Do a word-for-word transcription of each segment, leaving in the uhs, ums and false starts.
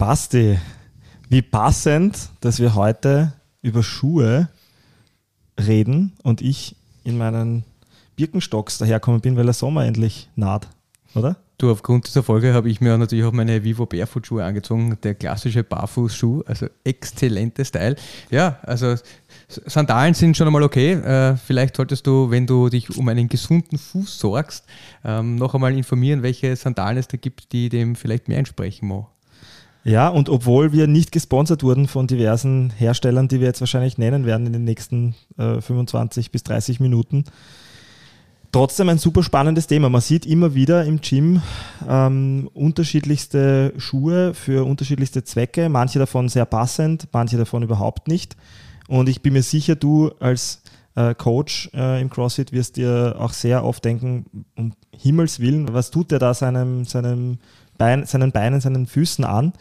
Basti, wie passend, dass wir heute über Schuhe reden und ich in meinen Birkenstocks daherkommen bin, weil der Sommer endlich naht, oder? Du, aufgrund dieser Folge habe ich mir natürlich auch meine Vivo Barefoot Schuhe angezogen, der klassische Barfußschuh, also exzellente Style. Ja, also Sandalen sind schon einmal okay. Äh, vielleicht solltest du, wenn du dich um einen gesunden Fuß sorgst, ähm, noch einmal informieren, welche Sandalen es da gibt, die dem vielleicht mehr entsprechen, Mo. Ja, und obwohl wir nicht gesponsert wurden von diversen Herstellern, die wir jetzt wahrscheinlich nennen werden in den nächsten äh, fünfundzwanzig bis dreißig Minuten, trotzdem ein super spannendes Thema. Man sieht immer wieder im Gym ähm, unterschiedlichste Schuhe für unterschiedlichste Zwecke, manche davon sehr passend, manche davon überhaupt nicht. Und ich bin mir sicher, du als äh, Coach äh, im CrossFit wirst dir auch sehr oft denken, um Himmels Willen, was tut der da seinem, seinem Bein, seinen Beinen, seinen Füßen an?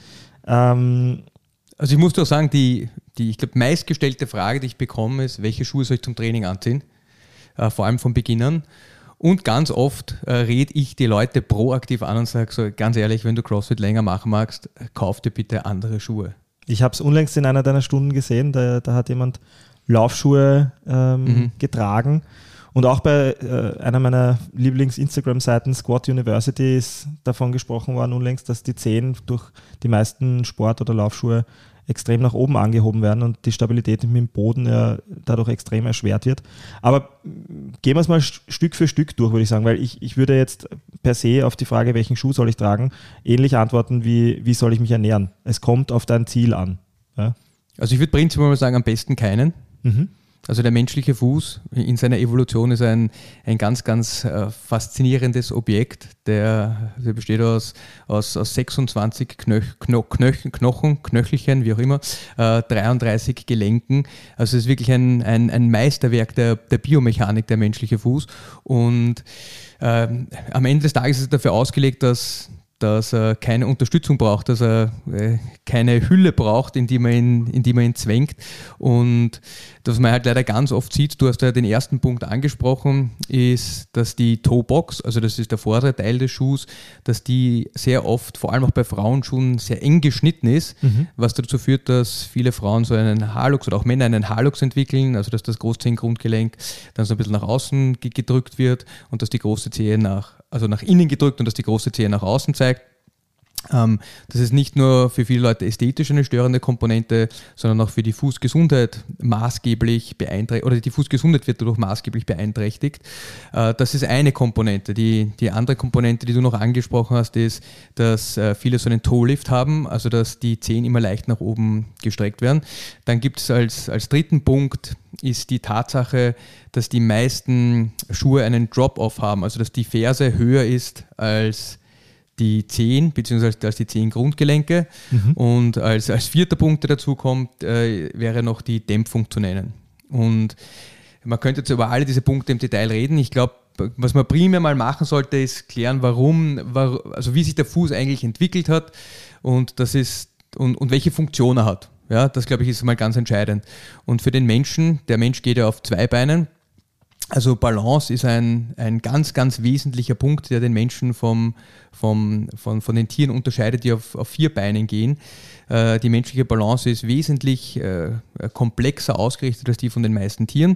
Ähm, also ich muss doch sagen, die, die ich glaube, meistgestellte Frage, die ich bekomme, ist, welche Schuhe soll ich zum Training anziehen? Äh, vor allem von Beginnern. Und ganz oft äh, rede ich die Leute proaktiv an und sage so, ganz ehrlich, wenn du CrossFit länger machen magst, kauf dir bitte andere Schuhe. Ich habe es unlängst in einer deiner Stunden gesehen, da, da hat jemand Laufschuhe ähm, mhm. getragen. Und auch bei äh, einer meiner Lieblings-Instagram-Seiten, Squat University, ist davon gesprochen worden unlängst, dass die Zehen durch die meisten Sport- oder Laufschuhe extrem nach oben angehoben werden und die Stabilität mit dem Boden ja dadurch extrem erschwert wird. Aber gehen wir es mal Stück für Stück durch, würde ich sagen, weil ich, ich würde jetzt per se auf die Frage, welchen Schuh soll ich tragen, ähnlich antworten wie, wie soll ich mich ernähren? Es kommt auf dein Ziel an. Ja? Also ich würde prinzipiell mal sagen, am besten keinen. Mhm. Also der menschliche Fuß in seiner Evolution ist ein, ein ganz, ganz äh, faszinierendes Objekt. Der, der besteht aus, aus, aus sechsundzwanzig Knöch, Kno, Knöch, Knochen, Knöchelchen, wie auch immer, äh, dreiunddreißig Gelenken. Also es ist wirklich ein, ein, ein Meisterwerk der, der Biomechanik, der menschliche Fuß. Und äh, am Ende des Tages ist es dafür ausgelegt, dass dass er keine Unterstützung braucht, dass er äh, keine Hülle braucht, in die man ihn, in die man ihn zwängt. Und was man halt leider ganz oft sieht, du hast ja den ersten Punkt angesprochen, ist, dass die Toebox, also das ist der vordere Teil des Schuhs, dass die sehr oft, vor allem auch bei Frauenschuhen, sehr eng geschnitten ist, mhm. was dazu führt, dass viele Frauen so einen Halux oder auch Männer einen Halux entwickeln, also dass das Großzehengrundgelenk dann so ein bisschen nach außen ge- gedrückt wird und dass die große Zehe nach, also nach innen gedrückt und dass die große Zehe nach außen zeigt. Ähm, das ist nicht nur für viele Leute ästhetisch eine störende Komponente, sondern auch für die Fußgesundheit maßgeblich beeinträchtigt, oder die Fußgesundheit wird dadurch maßgeblich beeinträchtigt. Äh, das ist eine Komponente. Die, die andere Komponente, die du noch angesprochen hast, ist, dass äh, viele so einen Toe-Lift haben, also dass die Zehen immer leicht nach oben gestreckt werden. Dann gibt es als, als dritten Punkt ist die Tatsache, dass die meisten Schuhe einen Drop-Off haben, also dass die Ferse höher ist als die Zehen, beziehungsweise als die Zehengrundgelenke. Mhm. Und als, als vierter Punkt, der dazu kommt, äh, wäre noch die Dämpfung zu nennen. Und man könnte jetzt über alle diese Punkte im Detail reden. Ich glaube, was man primär mal machen sollte, ist klären, warum, war, also wie sich der Fuß eigentlich entwickelt hat und, das ist, und, und welche Funktion er hat. Ja, das, glaube ich, ist mal ganz entscheidend. Und für den Menschen, der Mensch geht ja auf zwei Beinen. Also Balance ist ein, ein ganz, ganz wesentlicher Punkt, der den Menschen vom, vom, von, von den Tieren unterscheidet, die auf, auf vier Beinen gehen. Äh, die menschliche Balance ist wesentlich äh, komplexer ausgerichtet als die von den meisten Tieren.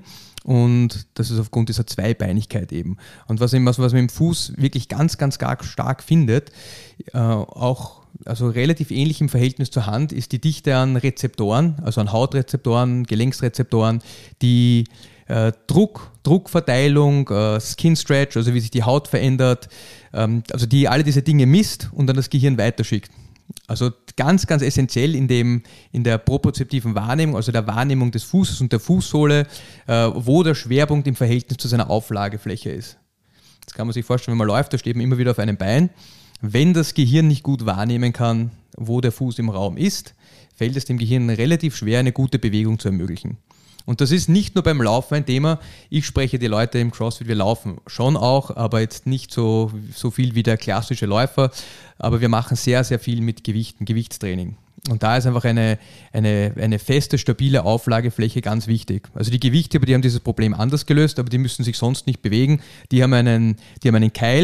Und das ist aufgrund dieser Zweibeinigkeit eben. Und was, was, was man im Fuß wirklich ganz, ganz stark, stark findet, äh, auch also relativ ähnlich im Verhältnis zur Hand, ist die Dichte an Rezeptoren, also an Hautrezeptoren, Gelenksrezeptoren, die Äh, Druck, Druckverteilung, äh, Skin Stretch, also wie sich die Haut verändert, ähm, also die alle diese Dinge misst und dann das Gehirn weiterschickt. Also ganz, ganz essentiell in, dem, in der propriozeptiven Wahrnehmung, also der Wahrnehmung des Fußes und der Fußsohle, äh, wo der Schwerpunkt im Verhältnis zu seiner Auflagefläche ist. Das kann man sich vorstellen, wenn man läuft, da steht man immer wieder auf einem Bein. Wenn das Gehirn nicht gut wahrnehmen kann, wo der Fuß im Raum ist, fällt es dem Gehirn relativ schwer, eine gute Bewegung zu ermöglichen. Und das ist nicht nur beim Laufen ein Thema. Ich spreche die Leute im CrossFit, wir laufen schon auch, aber jetzt nicht so, so viel wie der klassische Läufer. Aber wir machen sehr, sehr viel mit Gewichten, Gewichtstraining. Und da ist einfach eine, eine, eine feste, stabile Auflagefläche ganz wichtig. Also die Gewichtheber, die haben dieses Problem anders gelöst, aber die müssen sich sonst nicht bewegen. Die haben einen, die haben einen Keil,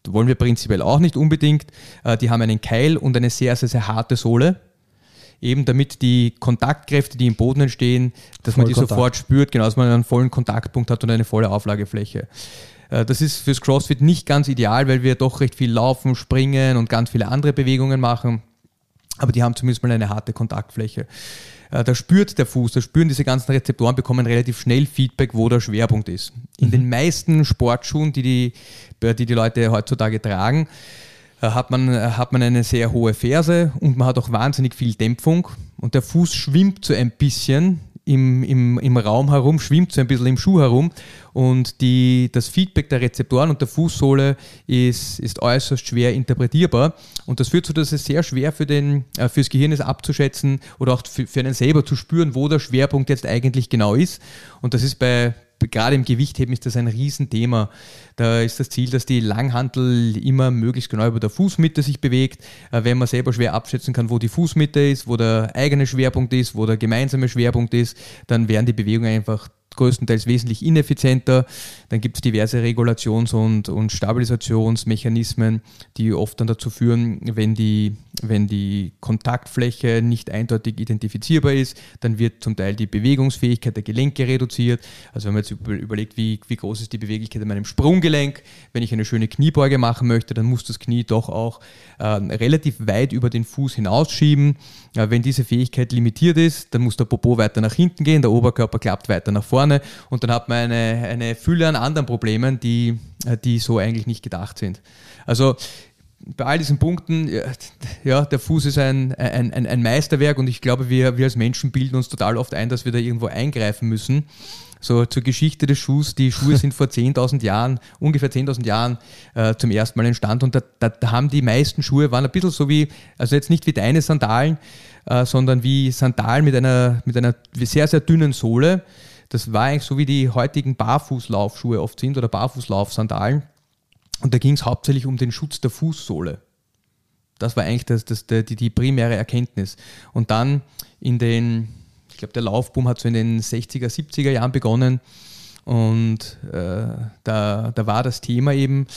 wollen wir prinzipiell auch nicht unbedingt. Äh, die haben einen Keil und eine sehr, sehr, sehr harte Sohle. Eben damit die Kontaktkräfte, die im Boden entstehen, dass man die sofort spürt, genau, dass man einen vollen Kontaktpunkt hat und eine volle Auflagefläche. Das ist fürs CrossFit nicht ganz ideal, weil wir doch recht viel laufen, springen und ganz viele andere Bewegungen machen, aber die haben zumindest mal eine harte Kontaktfläche. Da spürt der Fuß, da spüren diese ganzen Rezeptoren, bekommen relativ schnell Feedback, wo der Schwerpunkt ist. In mhm. den meisten Sportschuhen, die die, die die Leute heutzutage tragen, hat man, hat man eine sehr hohe Ferse und man hat auch wahnsinnig viel Dämpfung und der Fuß schwimmt so ein bisschen im, im, im Raum herum, schwimmt so ein bisschen im Schuh herum und die, das Feedback der Rezeptoren und der Fußsohle ist, ist äußerst schwer interpretierbar und das führt dazu, dass es sehr schwer für den, äh, fürs Gehirn ist abzuschätzen oder auch für, für einen selber zu spüren, wo der Schwerpunkt jetzt eigentlich genau ist und das ist bei gerade im Gewichtheben ist das ein Riesenthema. Da ist das Ziel, dass die Langhantel immer möglichst genau über der Fußmitte sich bewegt. Wenn man selber schwer abschätzen kann, wo die Fußmitte ist, wo der eigene Schwerpunkt ist, wo der gemeinsame Schwerpunkt ist, dann werden die Bewegungen einfach größtenteils wesentlich ineffizienter. Dann gibt es diverse Regulations- und, und Stabilisationsmechanismen, die oft dann dazu führen, wenn die, wenn die Kontaktfläche nicht eindeutig identifizierbar ist, dann wird zum Teil die Bewegungsfähigkeit der Gelenke reduziert. Also wenn man jetzt überlegt, wie, wie groß ist die Beweglichkeit in meinem Sprunggelenk, wenn ich eine schöne Kniebeuge machen möchte, dann muss das Knie doch auch äh, relativ weit über den Fuß hinausschieben. Äh, wenn diese Fähigkeit limitiert ist, dann muss der Popo weiter nach hinten gehen, der Oberkörper klappt weiter nach vorne. Und dann hat man eine, eine Fülle an anderen Problemen, die, die so eigentlich nicht gedacht sind. Also bei all diesen Punkten, ja, der Fuß ist ein, ein, ein, ein Meisterwerk und ich glaube, wir, wir als Menschen bilden uns total oft ein, dass wir da irgendwo eingreifen müssen. So zur Geschichte des Schuhs, die Schuhe sind vor zehntausend Jahren, ungefähr zehntausend Jahren äh, zum ersten Mal entstanden und da, da, da haben die meisten Schuhe, waren ein bisschen so wie, also jetzt nicht wie deine Sandalen, äh, sondern wie Sandalen mit einer, mit einer sehr, sehr dünnen Sohle. Das war eigentlich so, wie die heutigen Barfußlaufschuhe oft sind oder Barfußlaufsandalen. Und da ging es hauptsächlich um den Schutz der Fußsohle. Das war eigentlich das, das, die, die primäre Erkenntnis. Und dann in den, ich glaube, der Laufboom hat so in den sechziger, siebziger Jahren begonnen. Und äh, da, da war das Thema eben,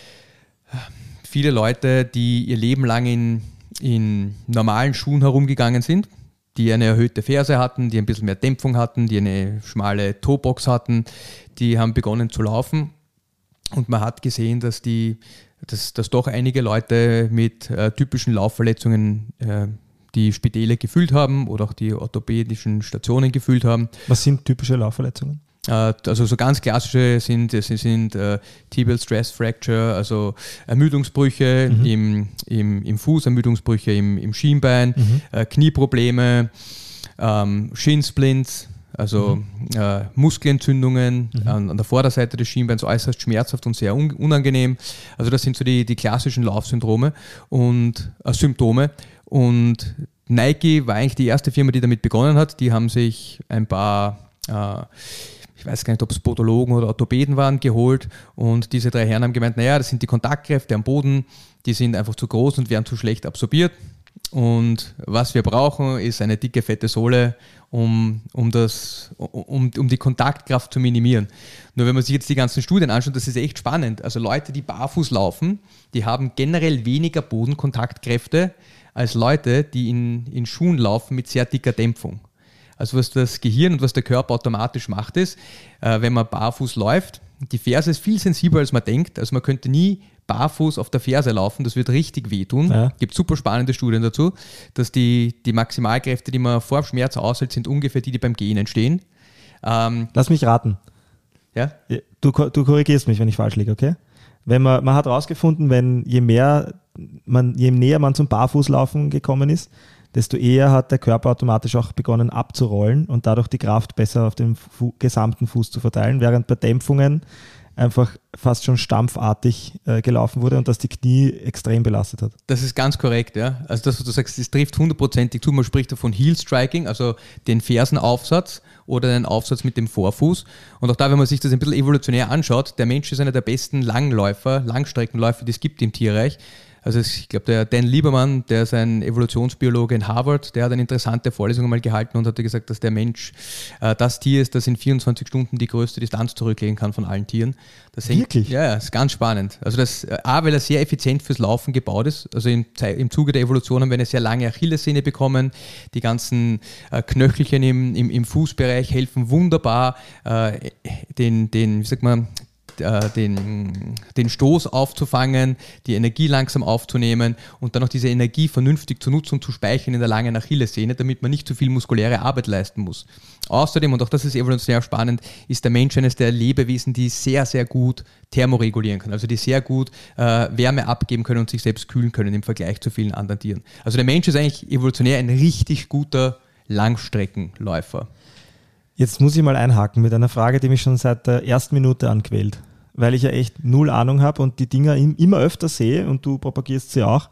viele Leute, die ihr Leben lang in, in normalen Schuhen herumgegangen sind, die eine erhöhte Ferse hatten, die ein bisschen mehr Dämpfung hatten, die eine schmale Toebox hatten, die haben begonnen zu laufen und man hat gesehen, dass, die, dass, dass doch einige Leute mit äh, typischen Laufverletzungen äh, die Spitäle gefüllt haben oder auch die orthopädischen Stationen gefüllt haben. Was sind typische Laufverletzungen? Also so ganz klassische sind, sind, sind äh, Tibial Stress Fracture, also Ermüdungsbrüche mhm. im, im, im Fuß, Ermüdungsbrüche im, im Schienbein, mhm. äh, Knieprobleme, ähm, Shinsplints, also mhm. äh, Muskelentzündungen mhm. an, an der Vorderseite des Schienbeins, äußerst schmerzhaft und sehr un, unangenehm. Also das sind so die, die klassischen Laufsyndrome und äh, Symptome. Und Nike war eigentlich die erste Firma, die damit begonnen hat. Die haben sich ein paar äh, ich weiß gar nicht, ob es Podologen oder Orthopäden waren, geholt und diese drei Herren haben gemeint, naja, das sind die Kontaktkräfte am Boden, die sind einfach zu groß und werden zu schlecht absorbiert und was wir brauchen, ist eine dicke, fette Sohle, um, um, das, um, um die Kontaktkraft zu minimieren. Nur wenn man sich jetzt die ganzen Studien anschaut, das ist echt spannend. Also Leute, die barfuß laufen, die haben generell weniger Bodenkontaktkräfte als Leute, die in, in Schuhen laufen mit sehr dicker Dämpfung. Also was das Gehirn und was der Körper automatisch macht ist, äh, wenn man barfuß läuft, die Ferse ist viel sensibler als man denkt, also man könnte nie barfuß auf der Ferse laufen, das wird richtig wehtun. Es ja. gibt super spannende Studien dazu, dass die, die Maximalkräfte, die man vor Schmerz aushält, sind ungefähr die, die beim Gehen entstehen. Ähm, Lass mich raten. Ja? Du, du korrigierst mich, wenn ich falsch liege, okay? Wenn man, man hat herausgefunden, wenn je mehr man, je näher man zum Barfußlaufen gekommen ist, desto eher hat der Körper automatisch auch begonnen abzurollen und dadurch die Kraft besser auf dem Fu- gesamten Fuß zu verteilen, während bei Dämpfungen einfach fast schon stampfartig äh, gelaufen wurde und das die Knie extrem belastet hat. Das ist ganz korrekt, ja. Also das, was du sagst, das trifft hundertprozentig zu. Man spricht davon Heel Striking, also den Fersenaufsatz oder den Aufsatz mit dem Vorfuß. Und auch da, wenn man sich das ein bisschen evolutionär anschaut, der Mensch ist einer der besten Langläufer, Langstreckenläufer, die es gibt im Tierreich. Also ich glaube, der Dan Lieberman, der ist ein Evolutionsbiologe in Harvard, der hat eine interessante Vorlesung einmal gehalten und hat gesagt, dass der Mensch äh, das Tier ist, das in vierundzwanzig Stunden die größte Distanz zurücklegen kann von allen Tieren. Das hängt, Wirklich? Ja, ja, ist ganz spannend. Also das A, weil er sehr effizient fürs Laufen gebaut ist. Also im, im Zuge der Evolution haben wir eine sehr lange Achillessehne bekommen. Die ganzen äh, Knöchelchen im, im, im Fußbereich helfen wunderbar, äh, den, den, wie sagt man, Den, den Stoß aufzufangen, die Energie langsam aufzunehmen und dann auch diese Energie vernünftig zu nutzen und zu speichern in der langen Achillessehne, damit man nicht zu viel muskuläre Arbeit leisten muss. Außerdem, und auch das ist evolutionär spannend, ist der Mensch eines der Lebewesen, die sehr, sehr gut thermoregulieren kann, also die sehr gut äh, Wärme abgeben können und sich selbst kühlen können im Vergleich zu vielen anderen Tieren. Also der Mensch ist eigentlich evolutionär ein richtig guter Langstreckenläufer. Jetzt muss ich mal einhaken mit einer Frage, die mich schon seit der ersten Minute anquält, weil ich ja echt null Ahnung habe und die Dinger immer öfter sehe und du propagierst sie auch.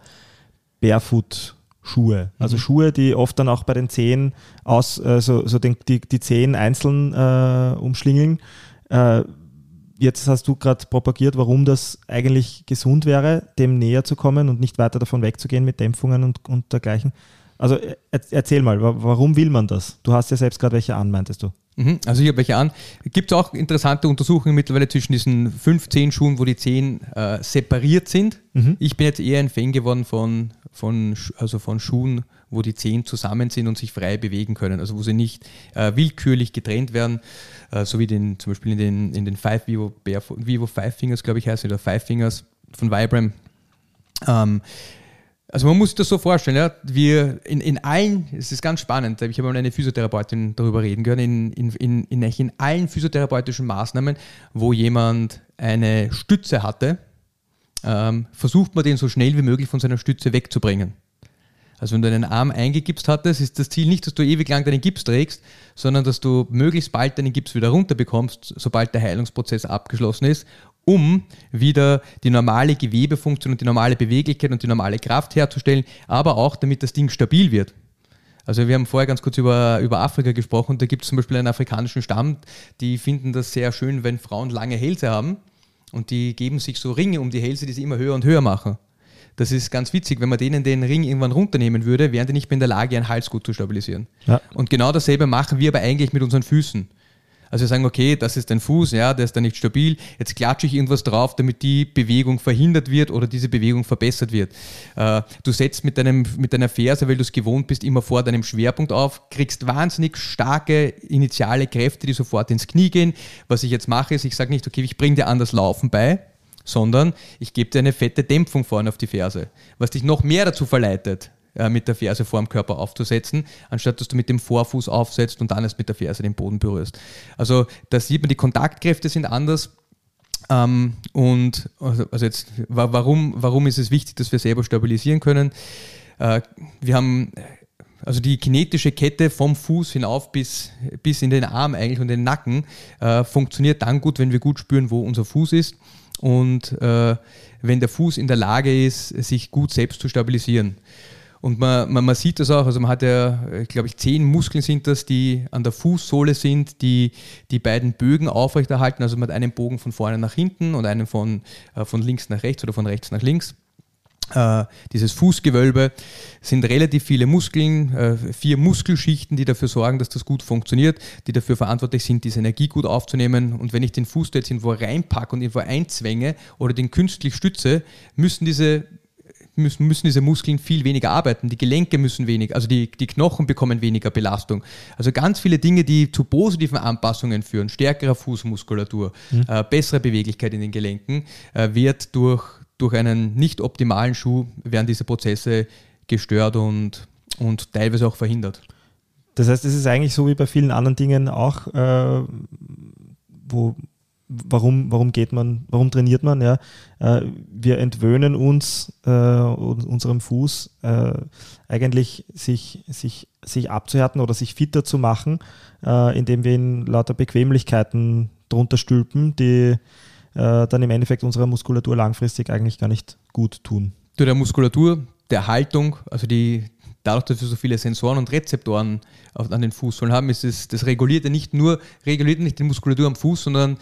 Barefoot-Schuhe, also mhm. Schuhe, die oft dann auch bei den Zehen aus, äh, so, so den, die, die Zehen einzeln äh, umschlingeln. Äh, jetzt hast du gerade propagiert, warum das eigentlich gesund wäre, dem näher zu kommen und nicht weiter davon wegzugehen mit Dämpfungen und, und dergleichen. Also erzähl mal, warum will man das? Du hast ja selbst gerade welche an, meintest du? Also ich habe welche an. Gibt es auch interessante Untersuchungen mittlerweile zwischen diesen fünf, zehn Schuhen, wo die Zehen äh, separiert sind. Mhm. Ich bin jetzt eher ein Fan geworden von, von, also von Schuhen, wo die Zehen zusammen sind und sich frei bewegen können. Also wo sie nicht äh, willkürlich getrennt werden, äh, so wie den, zum Beispiel in den, in den Five Vivo, Barefoot, Vivo Five Fingers, glaube ich heißt, oder Five Fingers von Vibram. Ähm, Also man muss sich das so vorstellen, ja, wir in, in allen, es ist ganz spannend, ich habe mal eine Physiotherapeutin darüber reden gehört, in, in, in, in, in allen physiotherapeutischen Maßnahmen, wo jemand eine Stütze hatte, ähm, versucht man den so schnell wie möglich von seiner Stütze wegzubringen. Also wenn du einen Arm eingegipst hattest, ist das Ziel nicht, dass du ewig lang deinen Gips trägst, sondern dass du möglichst bald deinen Gips wieder runterbekommst, sobald der Heilungsprozess abgeschlossen ist, um wieder die normale Gewebefunktion und die normale Beweglichkeit und die normale Kraft herzustellen, aber auch damit das Ding stabil wird. Also wir haben vorher ganz kurz über, über Afrika gesprochen, da gibt es zum Beispiel einen afrikanischen Stamm, die finden das sehr schön, wenn Frauen lange Hälse haben und die geben sich so Ringe um die Hälse, die sie immer höher und höher machen. Das ist ganz witzig, wenn man denen den Ring irgendwann runternehmen würde, wären die nicht mehr in der Lage, ihren Hals gut zu stabilisieren. Ja. Und genau dasselbe machen wir aber eigentlich mit unseren Füßen. Also wir sagen, okay, das ist dein Fuß, ja, der ist da nicht stabil, jetzt klatsche ich irgendwas drauf, damit die Bewegung verhindert wird oder diese Bewegung verbessert wird. Äh, du setzt mit, deinem, mit deiner Ferse, weil du es gewohnt bist, immer vor deinem Schwerpunkt auf, kriegst wahnsinnig starke initiale Kräfte, die sofort ins Knie gehen. Was ich jetzt mache, ist, ich sage nicht, okay, ich bringe dir an das Laufen bei, sondern ich gebe dir eine fette Dämpfung vorne auf die Ferse, was dich noch mehr dazu verleitet, mit der Ferse vor dem Körper aufzusetzen, anstatt dass du mit dem Vorfuß aufsetzt und dann erst mit der Ferse den Boden berührst. Also da sieht man, die Kontaktkräfte sind anders. Ähm, und also, also jetzt, warum, warum ist es wichtig, dass wir selber stabilisieren können? Äh, wir haben also die kinetische Kette vom Fuß hinauf bis, bis in den Arm eigentlich und den Nacken äh, funktioniert dann gut, wenn wir gut spüren, wo unser Fuß ist und äh, wenn der Fuß in der Lage ist, sich gut selbst zu stabilisieren. Und man, man, man sieht das auch, also man hat ja, glaube ich, zehn Muskeln sind das, die an der Fußsohle sind, die die beiden Bögen aufrechterhalten. Also man hat einen Bogen von vorne nach hinten und einen von, äh, von links nach rechts oder von rechts nach links. Äh, dieses Fußgewölbe sind relativ viele Muskeln, äh, vier Muskelschichten, die dafür sorgen, dass das gut funktioniert, die dafür verantwortlich sind, diese Energie gut aufzunehmen. Und wenn ich den Fuß da jetzt irgendwo reinpacke und irgendwo einzwänge oder den künstlich stütze, müssen diese Müssen, müssen diese Muskeln viel weniger arbeiten, die Gelenke müssen weniger, also die, die Knochen bekommen weniger Belastung. Also ganz viele Dinge, die zu positiven Anpassungen führen, stärkerer Fußmuskulatur, mhm. äh, bessere Beweglichkeit in den Gelenken, äh, wird durch, durch einen nicht optimalen Schuh, werden diese Prozesse gestört und, und teilweise auch verhindert. Das heißt, es ist eigentlich so wie bei vielen anderen Dingen auch, äh, wo Warum, warum geht man, warum trainiert man? Ja? Äh, wir entwöhnen uns, äh, unserem Fuß, äh, eigentlich sich, sich, sich abzuhärten oder sich fitter zu machen, äh, indem wir ihn lauter Bequemlichkeiten drunter stülpen, die äh, dann im Endeffekt unserer Muskulatur langfristig eigentlich gar nicht gut tun. Zu der Muskulatur, der Haltung, also die dadurch, dass wir so viele Sensoren und Rezeptoren auf, an den Fußsohlen haben, ist es, das reguliert ja nicht nur reguliert nicht die Muskulatur am Fuß, sondern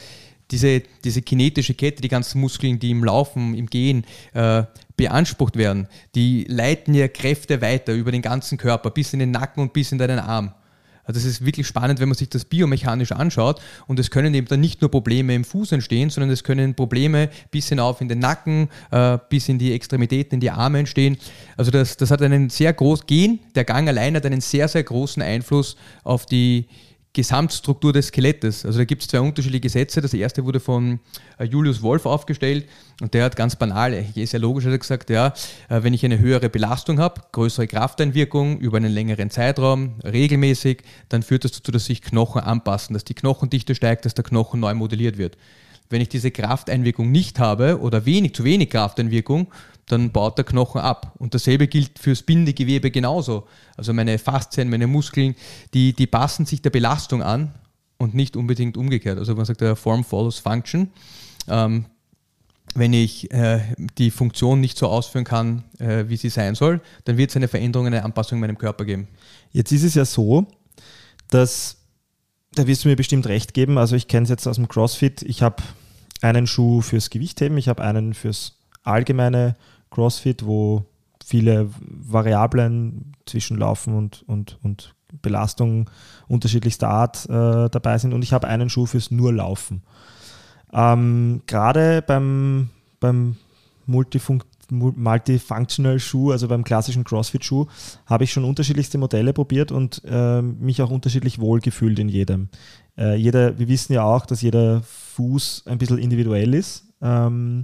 diese, diese kinetische Kette, die ganzen Muskeln, die im Laufen, im Gehen äh, beansprucht werden, die leiten ja Kräfte weiter über den ganzen Körper, bis in den Nacken und bis in deinen Arm. Also das ist wirklich spannend, wenn man sich das biomechanisch anschaut, und es können eben dann nicht nur Probleme im Fuß entstehen, sondern es können Probleme bis hinauf in den Nacken, äh, bis in die Extremitäten, in die Arme entstehen. Also das, das hat einen sehr großen Gehen, der Gang allein hat einen sehr, sehr großen Einfluss auf die Gesamtstruktur des Skelettes. Also da gibt es zwei unterschiedliche Gesetze. Das erste wurde von äh, Julius Wolf aufgestellt, und der hat ganz banal, sehr logisch, hat er gesagt, ja, äh, wenn ich eine höhere Belastung habe, größere Krafteinwirkung über einen längeren Zeitraum, regelmäßig, dann führt das dazu, dass sich Knochen anpassen, dass die Knochendichte steigt, dass der Knochen neu modelliert wird. Wenn ich diese Krafteinwirkung nicht habe oder wenig, zu wenig Krafteinwirkung, dann baut der Knochen ab. Und dasselbe gilt fürs Bindegewebe genauso. Also meine Faszien, meine Muskeln, die, die passen sich der Belastung an und nicht unbedingt umgekehrt. Also man sagt, der Form follows Function. Ähm, wenn ich äh, die Funktion nicht so ausführen kann, äh, wie sie sein soll, dann wird es eine Veränderung, eine Anpassung in meinem Körper geben. Jetzt ist es ja so, dass, da wirst du mir bestimmt recht geben, also ich kenne es jetzt aus dem CrossFit, ich habe einen Schuh fürs Gewichtheben, ich habe einen fürs allgemeine CrossFit, wo viele Variablen zwischen Laufen und, und, und Belastung unterschiedlichster Art äh, dabei sind, und ich habe einen Schuh fürs nur Laufen. Ähm, gerade beim, beim Multifunk- Multifunctional-Schuh, also beim klassischen CrossFit-Schuh, habe ich schon unterschiedlichste Modelle probiert und äh, mich auch unterschiedlich wohlgefühlt in jedem. Äh, jeder, wir wissen ja auch, dass jeder Fuß ein bisschen individuell ist. Ähm,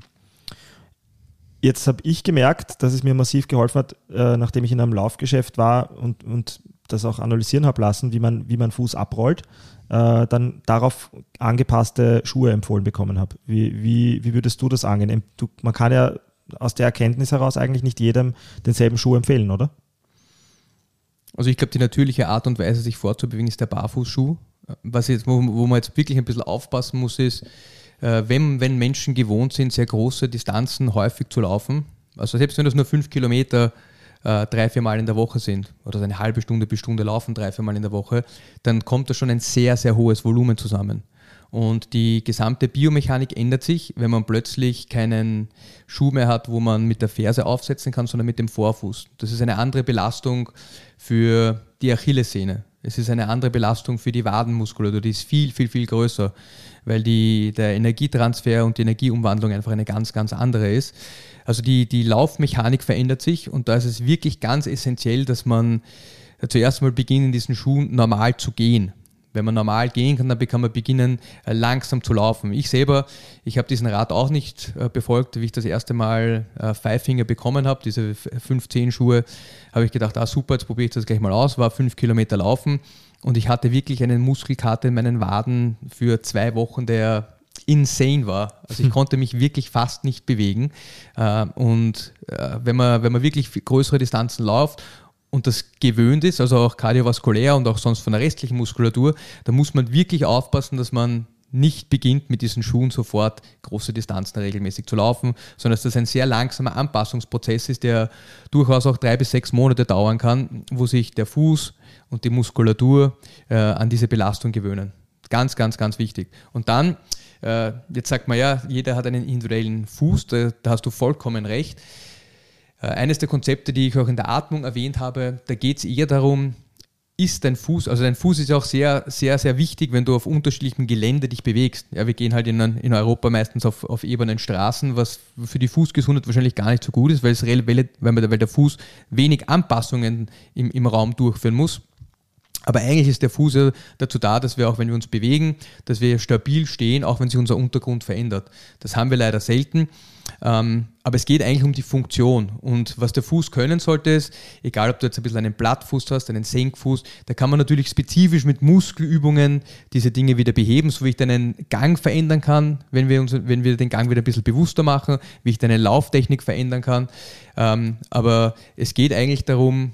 Jetzt habe ich gemerkt, dass es mir massiv geholfen hat, äh, nachdem ich in einem Laufgeschäft war und, und das auch analysieren habe lassen, wie man, wie man Fuß abrollt, äh, dann darauf angepasste Schuhe empfohlen bekommen habe. Wie, wie, wie würdest du das angehen? Du, man kann ja aus der Erkenntnis heraus eigentlich nicht jedem denselben Schuh empfehlen, oder? Also ich glaube, die natürliche Art und Weise, sich fortzubewegen, ist der Barfußschuh. Was jetzt, wo, wo man jetzt wirklich ein bisschen aufpassen muss, ist, Wenn, wenn Menschen gewohnt sind, sehr große Distanzen häufig zu laufen, also selbst wenn das nur fünf Kilometer äh, drei, vier Mal in der Woche sind oder eine halbe Stunde bis Stunde laufen, drei, vier Mal in der Woche, dann kommt da schon ein sehr, sehr hohes Volumen zusammen. Und die gesamte Biomechanik ändert sich, wenn man plötzlich keinen Schuh mehr hat, wo man mit der Ferse aufsetzen kann, sondern mit dem Vorfuß. Das ist eine andere Belastung für die Achillessehne. Es ist eine andere Belastung für die Wadenmuskulatur, die ist viel, viel, viel größer, weil die, der Energietransfer und die Energieumwandlung einfach eine ganz, ganz andere ist. Also die, die Laufmechanik verändert sich, und da ist es wirklich ganz essentiell, dass man zuerst mal beginnt, in diesen Schuhen normal zu gehen. Wenn man normal gehen kann, dann kann man beginnen, langsam zu laufen. Ich selber, ich habe diesen Rat auch nicht äh, befolgt, wie ich das erste Mal äh, Five Finger bekommen habe, diese fünf zehn Schuhe, habe ich gedacht, ah super, jetzt probiere ich das gleich mal aus, war fünf Kilometer laufen, und ich hatte wirklich einen Muskelkater in meinen Waden für zwei Wochen, der insane war. Also ich hm. konnte mich wirklich fast nicht bewegen. Äh, und äh, wenn man, wenn man wirklich größere Distanzen läuft und das gewöhnt ist, also auch kardiovaskulär und auch sonst von der restlichen Muskulatur, da muss man wirklich aufpassen, dass man nicht beginnt, mit diesen Schuhen sofort große Distanzen regelmäßig zu laufen, sondern dass das ein sehr langsamer Anpassungsprozess ist, der durchaus auch drei bis sechs Monate dauern kann, wo sich der Fuß und die Muskulatur äh, an diese Belastung gewöhnen. Ganz, ganz, ganz wichtig. Und dann, äh, jetzt sagt man ja, jeder hat einen individuellen Fuß, da, da hast du vollkommen recht. Eines der Konzepte, die ich auch in der Atmung erwähnt habe, da geht es eher darum, ist dein Fuß, also dein Fuß ist ja auch sehr, sehr, sehr wichtig, wenn du auf unterschiedlichem Gelände dich bewegst. Ja, wir gehen halt in, in Europa meistens auf, auf ebenen Straßen, was für die Fußgesundheit wahrscheinlich gar nicht so gut ist, weil, es, weil, weil der Fuß wenig Anpassungen im, im Raum durchführen muss. Aber eigentlich ist der Fuß ja dazu da, dass wir auch, wenn wir uns bewegen, dass wir stabil stehen, auch wenn sich unser Untergrund verändert. Das haben wir leider selten. Ähm, aber es geht eigentlich um die Funktion. Und was der Fuß können sollte, ist, egal ob du jetzt ein bisschen einen Plattfuß hast, einen Senkfuß, da kann man natürlich spezifisch mit Muskelübungen diese Dinge wieder beheben, so wie ich deinen Gang verändern kann, wenn wir, uns, wenn wir den Gang wieder ein bisschen bewusster machen, wie ich deine Lauftechnik verändern kann. Ähm, aber es geht eigentlich darum,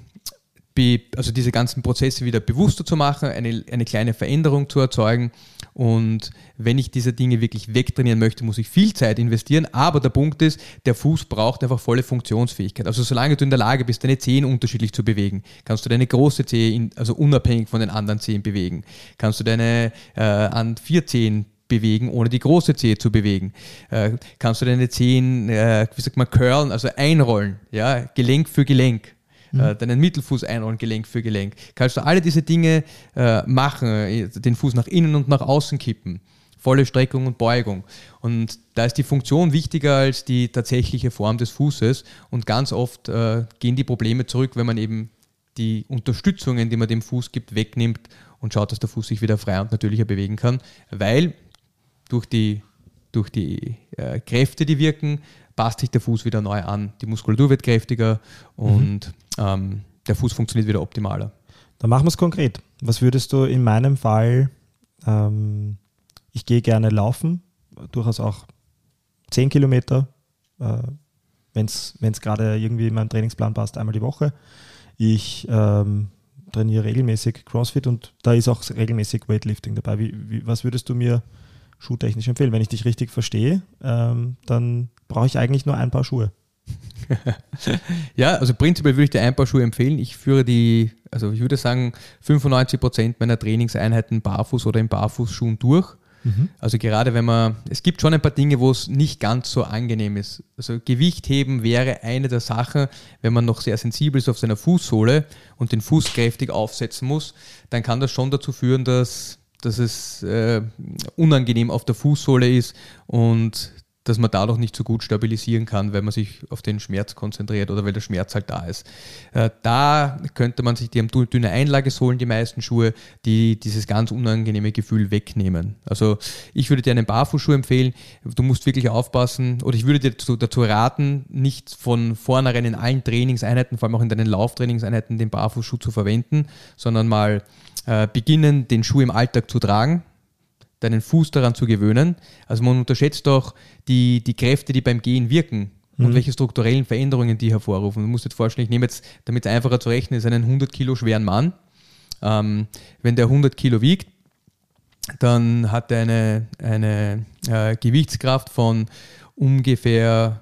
also diese ganzen Prozesse wieder bewusster zu machen, eine, eine kleine Veränderung zu erzeugen. Und wenn ich diese Dinge wirklich wegtrainieren möchte, muss ich viel Zeit investieren. Aber der Punkt ist, der Fuß braucht einfach volle Funktionsfähigkeit. Also solange du in der Lage bist, deine Zehen unterschiedlich zu bewegen, kannst du deine große Zehe, in, also unabhängig von den anderen Zehen bewegen. Kannst du deine äh, an vier Zehen bewegen, ohne die große Zehe zu bewegen? Äh, kannst du deine Zehen, äh, wie sagt man, curlen, also einrollen, ja, Gelenk für Gelenk? Mhm. Äh, deinen Mittelfuß einrollen, Gelenk für Gelenk. Kannst du alle diese Dinge äh, machen, den Fuß nach innen und nach außen kippen? Volle Streckung und Beugung. Und da ist die Funktion wichtiger als die tatsächliche Form des Fußes. Und ganz oft äh, gehen die Probleme zurück, wenn man eben die Unterstützungen, die man dem Fuß gibt, wegnimmt und schaut, dass der Fuß sich wieder frei und natürlicher bewegen kann. Weil durch die, durch die äh, Kräfte, die wirken, passt sich der Fuß wieder neu an. Die Muskulatur wird kräftiger und mhm. ähm, der Fuß funktioniert wieder optimaler. Dann machen wir es konkret. Was würdest du in meinem Fall... Ähm Ich gehe gerne laufen, durchaus auch zehn Kilometer, äh, wenn es gerade irgendwie in meinen Trainingsplan passt, einmal die Woche. Ich ähm, trainiere regelmäßig CrossFit und da ist auch regelmäßig Weightlifting dabei. Wie, wie, was würdest du mir schuhtechnisch empfehlen? Wenn ich dich richtig verstehe, ähm, dann brauche ich eigentlich nur ein Paar Schuhe. Ja, also prinzipiell würde ich dir ein Paar Schuhe empfehlen. Ich führe die, also ich würde sagen, fünfundneunzig Prozent meiner Trainingseinheiten barfuß oder in Barfußschuhen durch. Mhm. Also gerade wenn man, es gibt schon ein paar Dinge, wo es nicht ganz so angenehm ist. Also Gewicht heben wäre eine der Sachen, wenn man noch sehr sensibel ist auf seiner Fußsohle und den Fuß kräftig aufsetzen muss, dann kann das schon dazu führen, dass, dass es äh, unangenehm auf der Fußsohle ist und dass man dadurch nicht so gut stabilisieren kann, weil man sich auf den Schmerz konzentriert oder weil der Schmerz halt da ist. Äh, da könnte man sich, die haben dünne Einlagesohlen, die meisten Schuhe, die dieses ganz unangenehme Gefühl wegnehmen. Also ich würde dir einen Barfußschuh empfehlen, du musst wirklich aufpassen, oder ich würde dir dazu, dazu raten, nicht von vornherein in allen Trainingseinheiten, vor allem auch in deinen Lauftrainingseinheiten, den Barfußschuh zu verwenden, sondern mal äh, beginnen, den Schuh im Alltag zu tragen, deinen Fuß daran zu gewöhnen. Also man unterschätzt doch die, die Kräfte, die beim Gehen wirken mhm. und welche strukturellen Veränderungen die hervorrufen. Du musst dir vorstellen, ich nehme jetzt, damit es einfacher zu rechnen ist, einen hundert Kilo schweren Mann. Ähm, wenn der hundert Kilo wiegt, dann hat er eine, eine äh, Gewichtskraft von ungefähr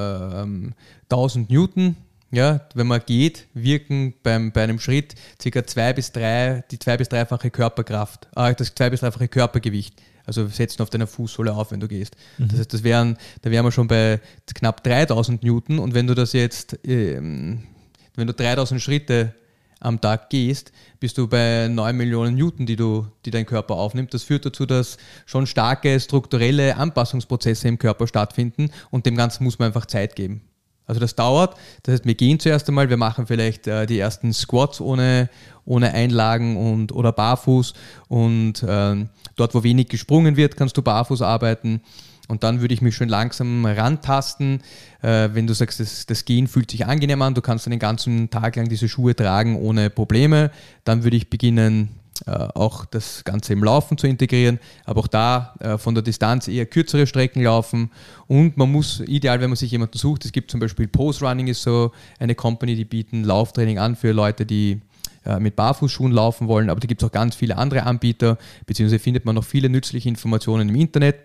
äh, tausend Newton. Ja, wenn man geht, wirken beim, bei einem Schritt ca. zwei bis drei, die zwei- bis dreifache Körperkraft, äh, das zwei- bis dreifache Körpergewicht. Also setzen auf deiner Fußsohle auf, wenn du gehst. Mhm. Das heißt, das wären, da wären wir schon bei knapp dreitausend Newton und wenn du das jetzt, ähm, wenn du dreitausend Schritte am Tag gehst, bist du bei neun Millionen Newton, die, du, die dein Körper aufnimmt. Das führt dazu, dass schon starke strukturelle Anpassungsprozesse im Körper stattfinden und dem Ganzen muss man einfach Zeit geben. Also das dauert, das heißt, wir gehen zuerst einmal, wir machen vielleicht äh, die ersten Squats ohne, ohne Einlagen und, oder barfuß und äh, dort, wo wenig gesprungen wird, kannst du barfuß arbeiten und dann würde ich mich schon langsam rantasten, äh, wenn du sagst, das, das Gehen fühlt sich angenehm an, du kannst den ganzen Tag lang diese Schuhe tragen ohne Probleme, dann würde ich beginnen, Äh, auch das Ganze im Laufen zu integrieren, aber auch da äh, von der Distanz eher kürzere Strecken laufen und man muss, ideal, wenn man sich jemanden sucht, es gibt zum Beispiel Pose Running ist so eine Company, die bieten Lauftraining an für Leute, die äh, mit Barfußschuhen laufen wollen, aber da gibt es auch ganz viele andere Anbieter, beziehungsweise findet man noch viele nützliche Informationen im Internet,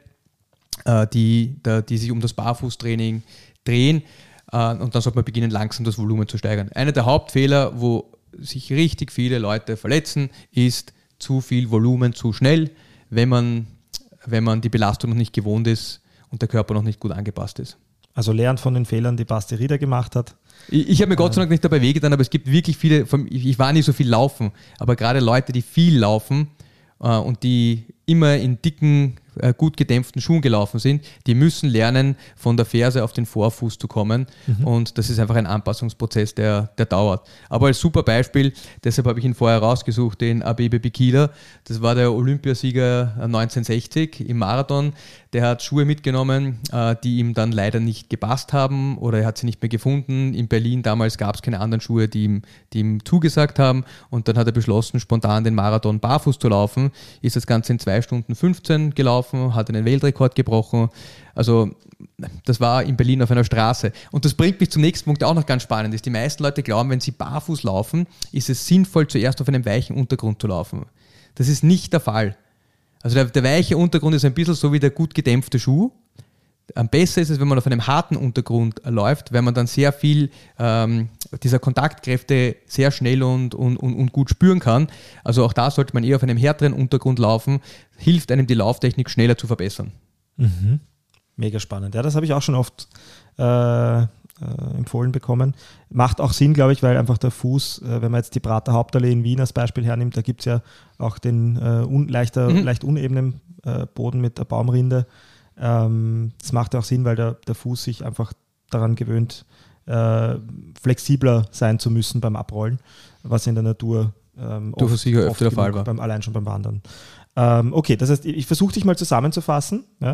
äh, die, da, die sich um das Barfußtraining drehen äh, und dann sollte man beginnen, langsam das Volumen zu steigern. Einer der Hauptfehler, wo sich richtig viele Leute verletzen, ist zu viel Volumen zu schnell, wenn man, wenn man die Belastung noch nicht gewohnt ist und der Körper noch nicht gut angepasst ist. Also lernen von den Fehlern, die Basti Rieder gemacht hat. Ich, ich habe mir Gott sei Dank nicht dabei wehgetan, aber es gibt wirklich viele, ich war nie so viel laufen, aber gerade Leute, die viel laufen äh, und die immer in dicken, äh, gut gedämpften Schuhen gelaufen sind, die müssen lernen, von der Ferse auf den Vorfuß zu kommen mhm. und das ist einfach ein Anpassungsprozess, der, der dauert. Aber als super Beispiel, deshalb habe ich ihn vorher rausgesucht, den Abebe Bikila, das war der Olympiasieger neunzehnhundertsechzig im Marathon, der hat Schuhe mitgenommen, äh, die ihm dann leider nicht gepasst haben oder er hat sie nicht mehr gefunden. In Berlin damals gab es keine anderen Schuhe, die ihm, die ihm zugesagt haben und dann hat er beschlossen, spontan den Marathon barfuß zu laufen, ist das Ganze in zwei Stunden fünfzehn gelaufen, hat einen Weltrekord gebrochen. Also das war in Berlin auf einer Straße. Und das bringt mich zum nächsten Punkt, der auch noch ganz spannend ist. Die meisten Leute glauben, wenn sie barfuß laufen, ist es sinnvoll, zuerst auf einem weichen Untergrund zu laufen. Das ist nicht der Fall. Also der, der weiche Untergrund ist ein bisschen so wie der gut gedämpfte Schuh. Am besten ist es, wenn man auf einem harten Untergrund läuft, weil man dann sehr viel ähm, dieser Kontaktkräfte sehr schnell und, und, und, und gut spüren kann. Also auch da sollte man eher auf einem härteren Untergrund laufen, hilft einem die Lauftechnik schneller zu verbessern. Mhm. Mega spannend. Ja, das habe ich auch schon oft äh, äh, empfohlen bekommen. Macht auch Sinn, glaube ich, weil einfach der Fuß, äh, wenn man jetzt die Prater Hauptallee in Wien als Beispiel hernimmt, da gibt es ja auch den äh, un, leichter, mhm. leicht unebenen äh, Boden mit der Baumrinde. Ähm, das macht auch Sinn, weil der, der Fuß sich einfach daran gewöhnt, äh, flexibler sein zu müssen beim Abrollen, was in der Natur ähm, oft, sicher öfter der Fall war. Beim, allein schon beim Wandern. Ähm, okay, das heißt, ich versuche dich mal zusammenzufassen. Ja?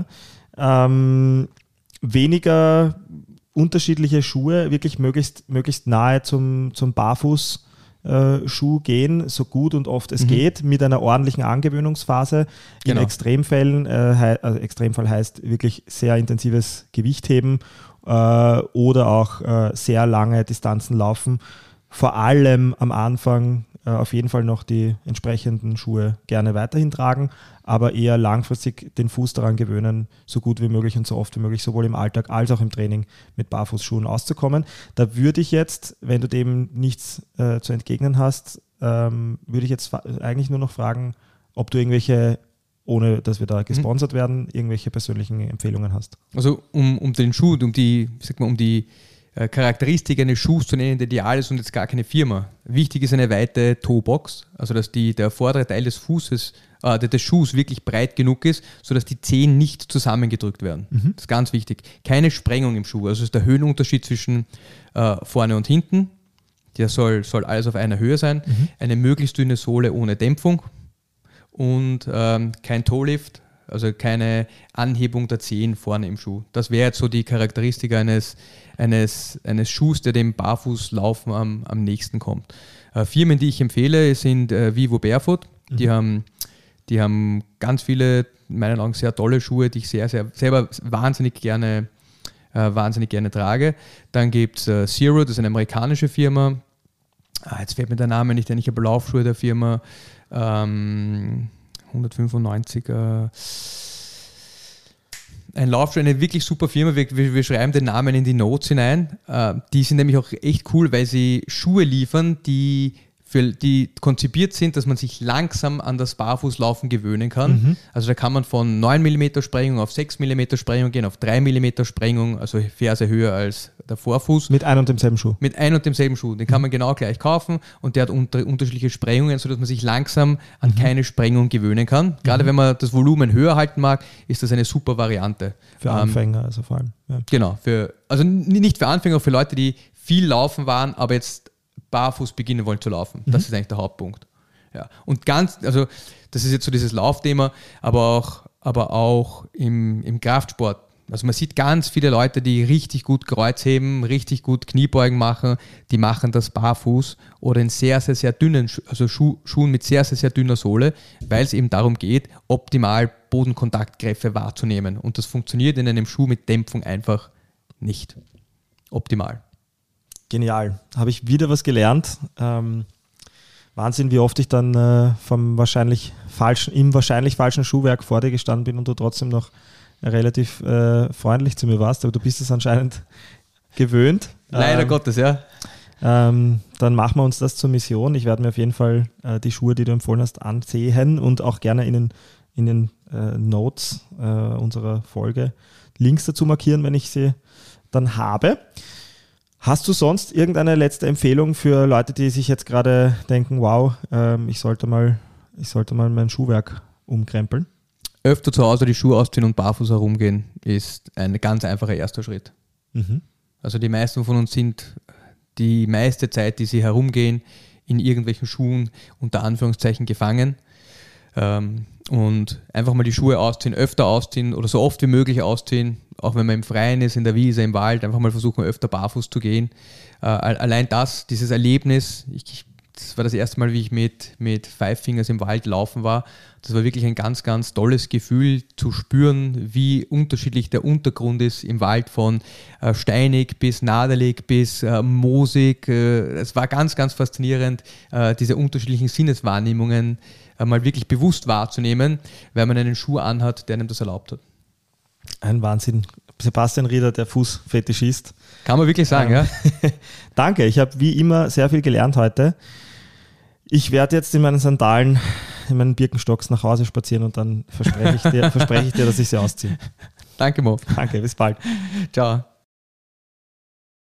Ähm, weniger unterschiedliche Schuhe, wirklich möglichst, möglichst nahe zum, zum Barfuß Schuh gehen, so gut und oft es mhm. geht, mit einer ordentlichen Angewöhnungsphase. Genau. In Extremfällen, äh, also Extremfall heißt wirklich sehr intensives Gewichtheben äh, oder auch äh, sehr lange Distanzen laufen. Vor allem am Anfang äh, auf jeden Fall noch die entsprechenden Schuhe gerne weiterhin tragen, aber eher langfristig den Fuß daran gewöhnen, so gut wie möglich und so oft wie möglich, sowohl im Alltag als auch im Training mit Barfußschuhen auszukommen. Da würde ich jetzt, wenn du dem nichts äh, zu entgegnen hast, ähm, würde ich jetzt fa- eigentlich nur noch fragen, ob du irgendwelche, ohne dass wir da gesponsert mhm. werden, irgendwelche persönlichen Empfehlungen hast. Also um, um den Schuh, um die, sag mal, um die äh, Charakteristik eines Schuhs zu nennen, der ideal ist und jetzt gar keine Firma. Wichtig ist eine weite Toebox, also dass die, der vordere Teil des Fußes äh, des Schuhs wirklich breit genug ist, sodass die Zehen nicht zusammengedrückt werden. Mhm. Das ist ganz wichtig. Keine Sprengung im Schuh. Also ist der Höhenunterschied zwischen äh, vorne und hinten. Der soll, soll alles auf einer Höhe sein. Mhm. Eine möglichst dünne Sohle ohne Dämpfung und ähm, kein Toe-Lift, also keine Anhebung der Zehen vorne im Schuh. Das wäre jetzt so die Charakteristik eines, eines, eines Schuhs, der dem Barfußlaufen am, am nächsten kommt. Äh, Firmen, die ich empfehle, sind äh, Vivo Barefoot. Mhm. Die haben Die haben ganz viele, in meinen Augen, sehr tolle Schuhe, die ich sehr, sehr selber wahnsinnig gerne, äh, wahnsinnig gerne trage. Dann gibt es äh, Zero, das ist eine amerikanische Firma. Ah, jetzt fällt mir der Name nicht ein, ich habe Laufschuhe der Firma. Ähm, hundertfünfundneunziger. Ein Laufschuh, eine wirklich super Firma. Wir, wir, wir schreiben den Namen in die Notes hinein. Äh, die sind nämlich auch echt cool, weil sie Schuhe liefern, die Für die konzipiert sind, dass man sich langsam an das Barfußlaufen gewöhnen kann. Mhm. Also da kann man von neun Millimeter Sprengung auf sechs Millimeter Sprengung gehen, auf drei Millimeter Sprengung, also Ferse höher als der Vorfuß. Mit einem und demselben Schuh? Mit einem und demselben Schuh. Den kann man genau gleich kaufen und der hat unter, unterschiedliche Sprengungen, sodass man sich langsam an mhm. keine Sprengung gewöhnen kann. Gerade mhm. wenn man das Volumen höher halten mag, ist das eine super Variante. Für Anfänger ähm, also vor allem. Ja. Genau, für, also nicht für Anfänger, für Leute, die viel laufen waren, aber jetzt barfuß beginnen wollen zu laufen. Das mhm. ist eigentlich der Hauptpunkt. Ja. Und ganz, also das ist jetzt so dieses Laufthema, aber auch, aber auch im, im Kraftsport. Also man sieht ganz viele Leute, die richtig gut Kreuzheben, richtig gut Kniebeugen machen, die machen das barfuß oder in sehr, sehr, sehr dünnen, also Schuh, Schuhen mit sehr, sehr, sehr dünner Sohle, weil es eben darum geht, optimal Bodenkontaktkräfte wahrzunehmen. Und das funktioniert in einem Schuh mit Dämpfung einfach nicht optimal. Genial. Habe ich wieder was gelernt. Ähm, Wahnsinn, wie oft ich dann äh, vom wahrscheinlich falschen, im wahrscheinlich falschen Schuhwerk vor dir gestanden bin und du trotzdem noch relativ äh, freundlich zu mir warst, aber du bist es anscheinend gewöhnt. Leider ähm, Gottes, ja. Ähm, dann machen wir uns das zur Mission. Ich werde mir auf jeden Fall äh, die Schuhe, die du empfohlen hast, ansehen und auch gerne in den, in den äh, Notes äh, unserer Folge Links dazu markieren, wenn ich sie dann habe. Hast du sonst irgendeine letzte Empfehlung für Leute, die sich jetzt gerade denken, wow, ähm, ich sollte mal, ich sollte mal mein Schuhwerk umkrempeln? Öfter zu Hause die Schuhe ausziehen und barfuß herumgehen ist ein ganz einfacher erster Schritt. Mhm. Also die meisten von uns sind die meiste Zeit, die sie herumgehen, in irgendwelchen Schuhen unter Anführungszeichen gefangen. Ähm, und einfach mal die Schuhe ausziehen, öfter ausziehen oder so oft wie möglich ausziehen, auch wenn man im Freien ist, in der Wiese, im Wald, einfach mal versuchen, öfter barfuß zu gehen. Äh, allein das, dieses Erlebnis, ich, das war das erste Mal, wie ich mit, mit Five Fingers im Wald laufen war. Das war wirklich ein ganz, ganz tolles Gefühl, zu spüren, wie unterschiedlich der Untergrund ist im Wald, von äh, steinig bis nadelig bis äh, moosig. Äh, es war ganz, ganz faszinierend, äh, diese unterschiedlichen Sinneswahrnehmungen äh, mal wirklich bewusst wahrzunehmen, weil man einen Schuh anhat, der einem das erlaubt hat. Ein Wahnsinn. Sebastian Rieder, der Fußfetischist. Kann man wirklich sagen, ähm, ja. Danke, ich habe wie immer sehr viel gelernt heute. Ich werde jetzt in meinen Sandalen, in meinen Birkenstocks nach Hause spazieren und dann verspreche ich dir, verspreche ich dir, dass ich sie ausziehe. Danke, Mo. Danke, bis bald. Ciao.